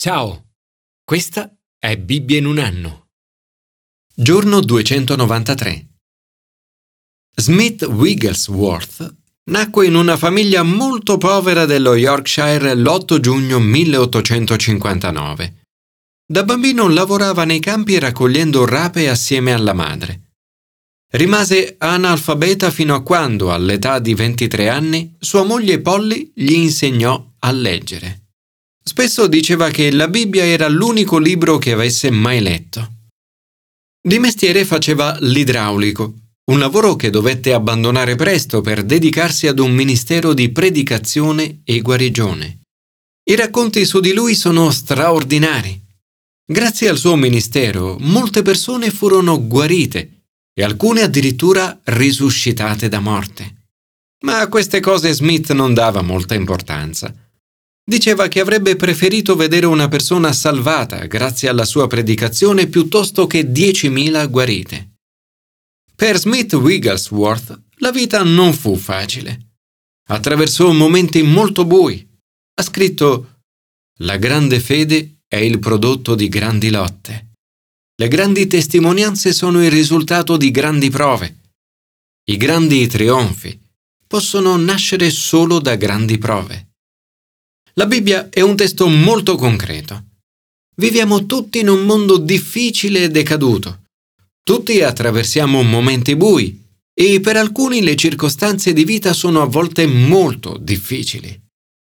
Ciao, questa è Bibbia in un anno. Giorno 293. Smith Wigglesworth nacque in una famiglia molto povera dello Yorkshire l'8 giugno 1859. Da bambino lavorava nei campi raccogliendo rape assieme alla madre. Rimase analfabeta fino a quando, all'età di 23 anni, sua moglie Polly gli insegnò a leggere. Spesso diceva che la Bibbia era l'unico libro che avesse mai letto. Di mestiere faceva l'idraulico, un lavoro che dovette abbandonare presto per dedicarsi ad un ministero di predicazione e guarigione. I racconti su di lui sono straordinari. Grazie al suo ministero, molte persone furono guarite e alcune addirittura risuscitate da morte. Ma a queste cose Smith non dava molta importanza. Diceva che avrebbe preferito vedere una persona salvata grazie alla sua predicazione piuttosto che 10.000 guarite. Per Smith Wigglesworth la vita non fu facile. Attraversò momenti molto bui. Ha scritto: «La grande fede è il prodotto di grandi lotte. Le grandi testimonianze sono il risultato di grandi prove. I grandi trionfi possono nascere solo da grandi prove». La Bibbia è un testo molto concreto. Viviamo tutti in un mondo difficile e decaduto. Tutti attraversiamo momenti bui e per alcuni le circostanze di vita sono a volte molto difficili.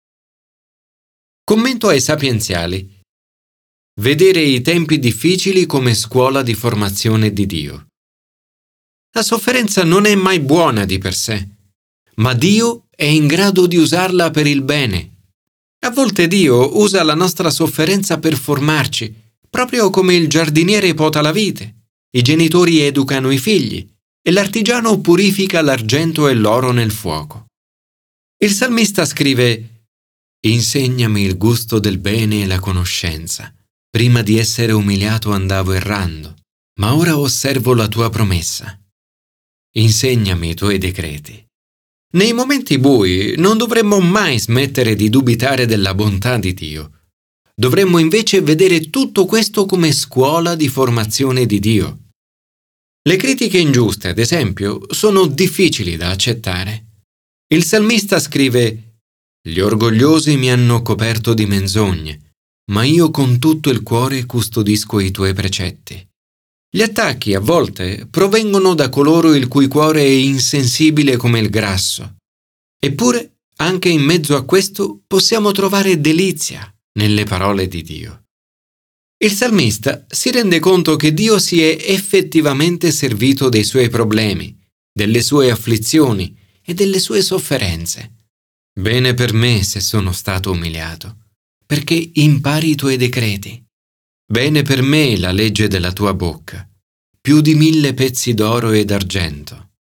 Commento ai sapienziali. Vedere i tempi difficili come scuola di formazione di Dio. La sofferenza non è mai buona di per sé, ma Dio è in grado di usarla per il bene. A volte Dio usa la nostra sofferenza per formarci, proprio come il giardiniere pota la vite, i genitori educano i figli e l'artigiano purifica l'argento e l'oro nel fuoco. Il salmista scrive: «Insegnami il gusto del bene e la conoscenza. Prima di essere umiliato andavo errando, ma ora osservo la tua promessa. Insegnami i tuoi decreti». Nei momenti bui non dovremmo mai smettere di dubitare della bontà di Dio. Dovremmo invece vedere tutto questo come scuola di formazione di Dio. Le critiche ingiuste, ad esempio, sono difficili da accettare. Il salmista scrive: «Gli orgogliosi mi hanno coperto di menzogne, ma io con tutto il cuore custodisco i tuoi precetti». Gli attacchi, a volte, provengono da coloro il cui cuore è insensibile come il grasso. Eppure, anche in mezzo a questo, possiamo trovare delizia nelle parole di Dio. Il salmista si rende conto che Dio si è effettivamente servito dei suoi problemi, delle sue afflizioni e delle sue sofferenze. Bene per me se sono stato umiliato, perché impari i tuoi decreti. Bene per me la legge della tua bocca, più di 1000 pezzi d'oro e d'argento.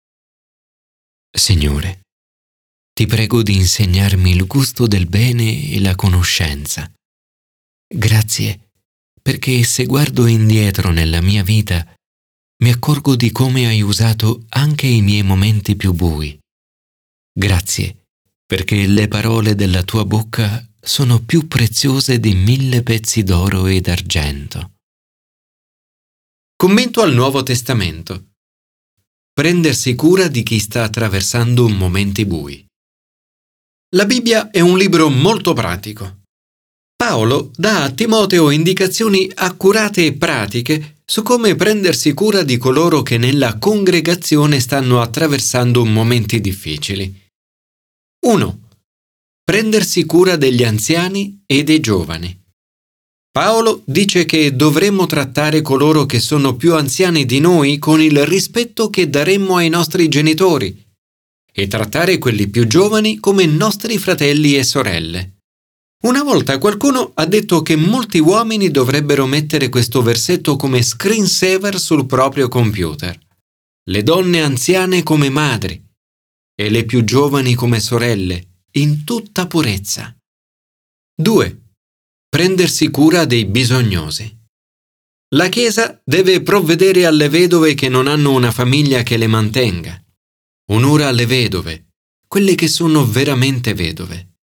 Signore, ti prego di insegnarmi il gusto del bene e la conoscenza. Grazie, perché se guardo indietro nella mia vita, mi accorgo di come hai usato anche i miei momenti più bui. Grazie, perché le parole della tua bocca sono più preziose di 1000 pezzi d'oro e d'argento. Commento al Nuovo Testamento. Prendersi cura di chi sta attraversando momenti bui. La Bibbia è un libro molto pratico. Paolo dà a Timoteo indicazioni accurate e pratiche su come prendersi cura di coloro che nella congregazione stanno attraversando momenti difficili. 1. Prendersi cura degli anziani e dei giovani. Paolo dice che dovremmo trattare coloro che sono più anziani di noi con il rispetto che daremmo ai nostri genitori e trattare quelli più giovani come nostri fratelli e sorelle. Una volta qualcuno ha detto che molti uomini dovrebbero mettere questo versetto come screensaver sul proprio computer. Le donne anziane come madri e le più giovani come sorelle, in tutta purezza. 2. Prendersi cura dei bisognosi. La Chiesa deve provvedere alle vedove che non hanno una famiglia che le mantenga. Onora le vedove, quelle che sono veramente vedove.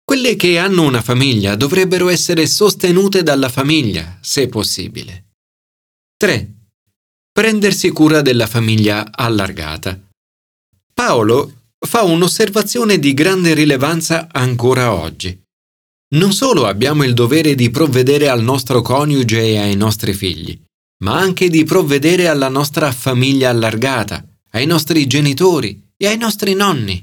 Quelle che hanno una famiglia dovrebbero essere sostenute dalla famiglia, se possibile. 3. Prendersi cura della famiglia allargata. Paolo fa un'osservazione di grande rilevanza ancora oggi. Non solo abbiamo il dovere di provvedere al nostro coniuge e ai nostri figli, ma anche di provvedere alla nostra famiglia allargata, ai nostri genitori e ai nostri nonni.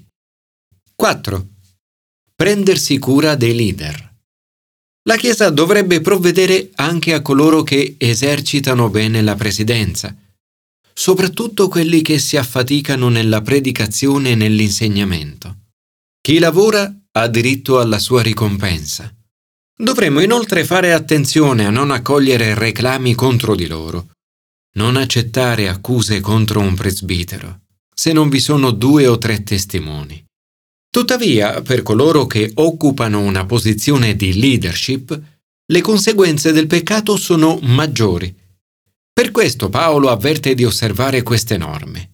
4. Prendersi cura dei leader. La Chiesa dovrebbe provvedere anche a coloro che esercitano bene la presidenza, soprattutto quelli che si affaticano nella predicazione e nell'insegnamento. Chi lavora ha diritto alla sua ricompensa. Dovremmo inoltre fare attenzione a non accogliere reclami contro di loro, non accettare accuse contro un presbitero, se non vi sono 2 o 3 testimoni. Tuttavia, per coloro che occupano una posizione di leadership, le conseguenze del peccato sono maggiori. Per questo Paolo avverte di osservare queste norme.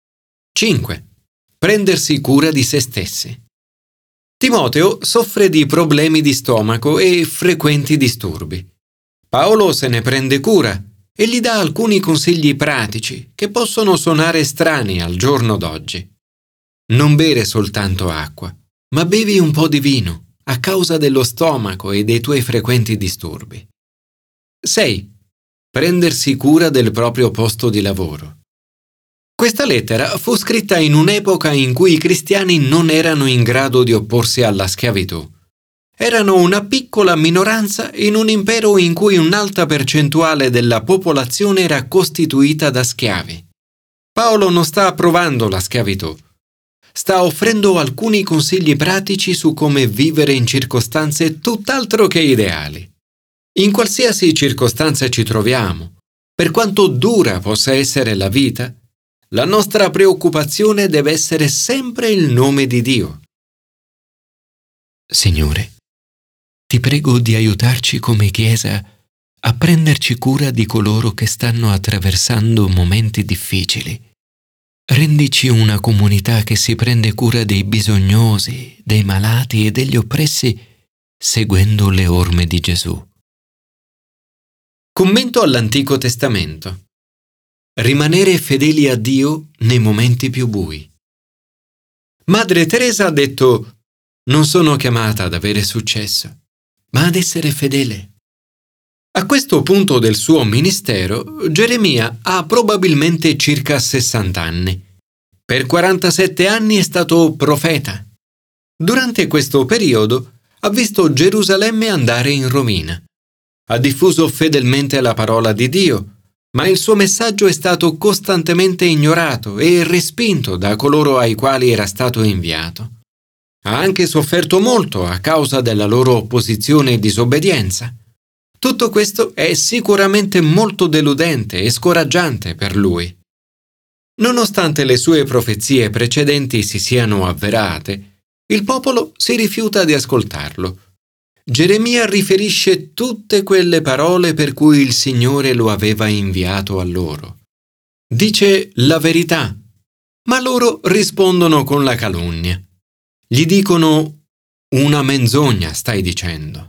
5. Prendersi cura di se stessi. Timoteo soffre di problemi di stomaco e frequenti disturbi. Paolo se ne prende cura e gli dà alcuni consigli pratici che possono suonare strani al giorno d'oggi. Non bere soltanto acqua, ma bevi un po' di vino a causa dello stomaco e dei tuoi frequenti disturbi. 6. Prendersi cura del proprio posto di lavoro. Questa lettera fu scritta in un'epoca in cui i cristiani non erano in grado di opporsi alla schiavitù. Erano una piccola minoranza in un impero in cui un'alta percentuale della popolazione era costituita da schiavi. Paolo non sta approvando la schiavitù. Sta offrendo alcuni consigli pratici su come vivere in circostanze tutt'altro che ideali. In qualsiasi circostanza ci troviamo, per quanto dura possa essere la vita, la nostra preoccupazione deve essere sempre il nome di Dio. Signore, ti prego di aiutarci come Chiesa a prenderci cura di coloro che stanno attraversando momenti difficili. Rendici una comunità che si prende cura dei bisognosi, dei malati e degli oppressi, seguendo le orme di Gesù. Commento all'Antico Testamento. Rimanere fedeli a Dio nei momenti più bui. Madre Teresa ha detto: non sono chiamata ad avere successo, ma ad essere fedele. A questo punto del suo ministero, Geremia ha probabilmente circa 60 anni. Per 47 anni è stato profeta. Durante questo periodo ha visto Gerusalemme andare in rovina. Ha diffuso fedelmente la parola di Dio, ma il suo messaggio è stato costantemente ignorato e respinto da coloro ai quali era stato inviato. Ha anche sofferto molto a causa della loro opposizione e disobbedienza. Tutto questo è sicuramente molto deludente e scoraggiante per lui. Nonostante le sue profezie precedenti si siano avverate, il popolo si rifiuta di ascoltarlo. Geremia riferisce tutte quelle parole per cui il Signore lo aveva inviato a loro. Dice la verità, ma loro rispondono con la calunnia. Gli dicono: una menzogna stai dicendo.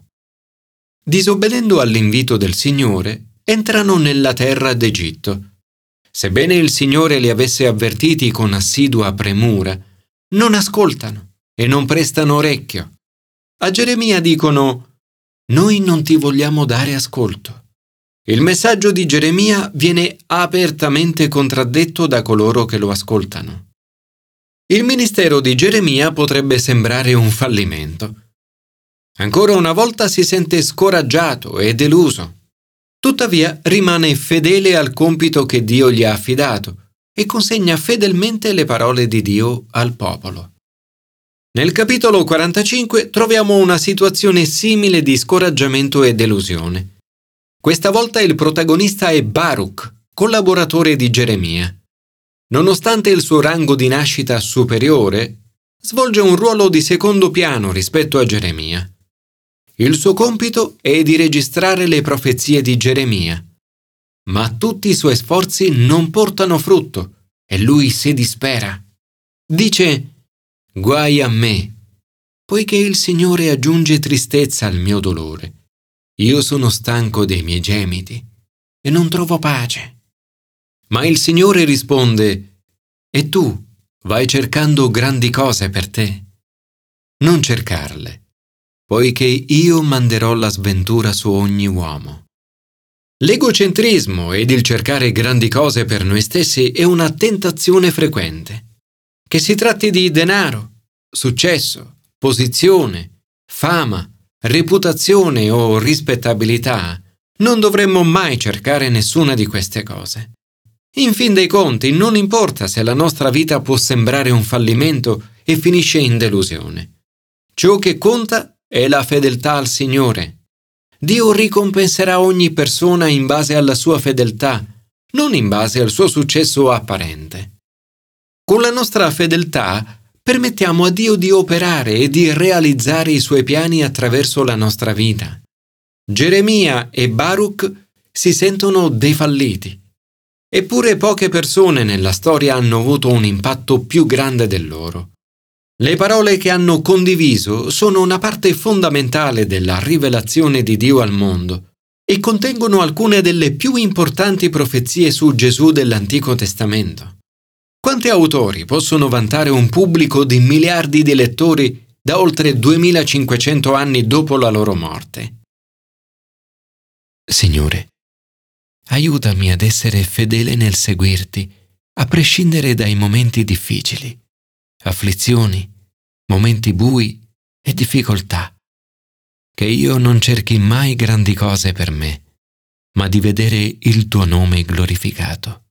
Disobbedendo all'invito del Signore, entrano nella terra d'Egitto. Sebbene il Signore li avesse avvertiti con assidua premura, non ascoltano e non prestano orecchio. A Geremia dicono: noi non ti vogliamo dare ascolto. Il messaggio di Geremia viene apertamente contraddetto da coloro che lo ascoltano. Il ministero di Geremia potrebbe sembrare un fallimento. Ancora una volta si sente scoraggiato e deluso. Tuttavia rimane fedele al compito che Dio gli ha affidato e consegna fedelmente le parole di Dio al popolo. Nel capitolo 45 troviamo una situazione simile di scoraggiamento e delusione. Questa volta il protagonista è Baruch, collaboratore di Geremia. Nonostante il suo rango di nascita superiore, svolge un ruolo di secondo piano rispetto a Geremia. Il suo compito è di registrare le profezie di Geremia, ma tutti i suoi sforzi non portano frutto e lui si dispera. Dice: guai a me, poiché il Signore aggiunge tristezza al mio dolore. Io sono stanco dei miei gemiti e non trovo pace. Ma il Signore risponde: e tu vai cercando grandi cose per te? Non cercarle, poiché io manderò la sventura su ogni uomo. L'egocentrismo ed il cercare grandi cose per noi stessi è una tentazione frequente. Che si tratti di denaro, successo, posizione, fama, reputazione o rispettabilità, non dovremmo mai cercare nessuna di queste cose. In fin dei conti, non importa se la nostra vita può sembrare un fallimento e finisce in delusione. Ciò che conta è la fedeltà al Signore. Dio ricompenserà ogni persona in base alla sua fedeltà, non in base al suo successo apparente. Con la nostra fedeltà permettiamo a Dio di operare e di realizzare i suoi piani attraverso la nostra vita. Geremia e Baruch si sentono dei falliti. Eppure poche persone nella storia hanno avuto un impatto più grande del loro. Le parole che hanno condiviso sono una parte fondamentale della rivelazione di Dio al mondo e contengono alcune delle più importanti profezie su Gesù dell'Antico Testamento. Quanti autori possono vantare un pubblico di miliardi di lettori da oltre 2500 anni dopo la loro morte? Signore, aiutami ad essere fedele nel seguirti, a prescindere dai momenti difficili, afflizioni, momenti bui e difficoltà. Che io non cerchi mai grandi cose per me, ma di vedere il tuo nome glorificato.